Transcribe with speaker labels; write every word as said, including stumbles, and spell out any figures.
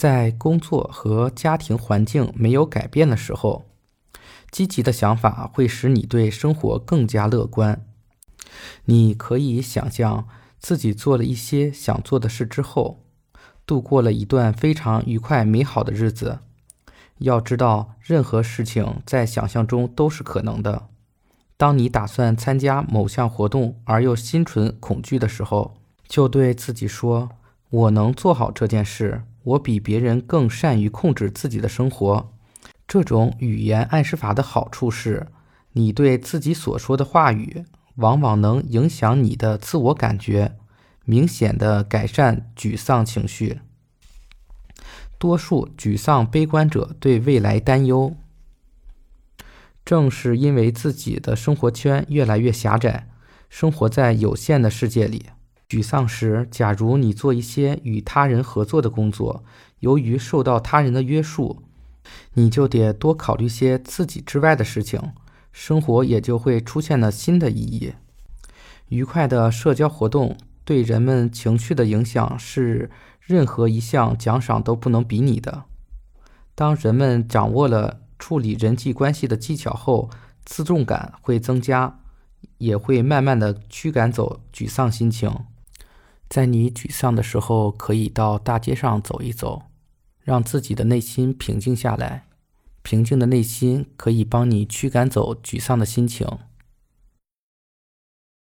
Speaker 1: 在工作和家庭环境没有改变的时候，积极的想法会使你对生活更加乐观。你可以想象自己做了一些想做的事之后，度过了一段非常愉快美好的日子。要知道，任何事情在想象中都是可能的。当你打算参加某项活动而又心存恐惧的时候，就对自己说，我能做好这件事，我比别人更善于控制自己的生活。这种语言暗示法的好处是，你对自己所说的话语往往能影响你的自我感觉，明显地改善沮丧情绪。多数沮丧悲观者对未来担忧，正是因为自己的生活圈越来越狭窄，生活在有限的世界里。沮丧时，假如你做一些与他人合作的工作，由于受到他人的约束，你就得多考虑些自己之外的事情，生活也就会出现了新的意义。愉快的社交活动对人们情绪的影响是任何一项奖赏都不能比拟的。当人们掌握了处理人际关系的技巧后，自重感会增加，也会慢慢的驱赶走沮丧心情。在你沮丧的时候，可以到大街上走一走，让自己的内心平静下来。平静的内心可以帮你驱赶走沮丧的心情。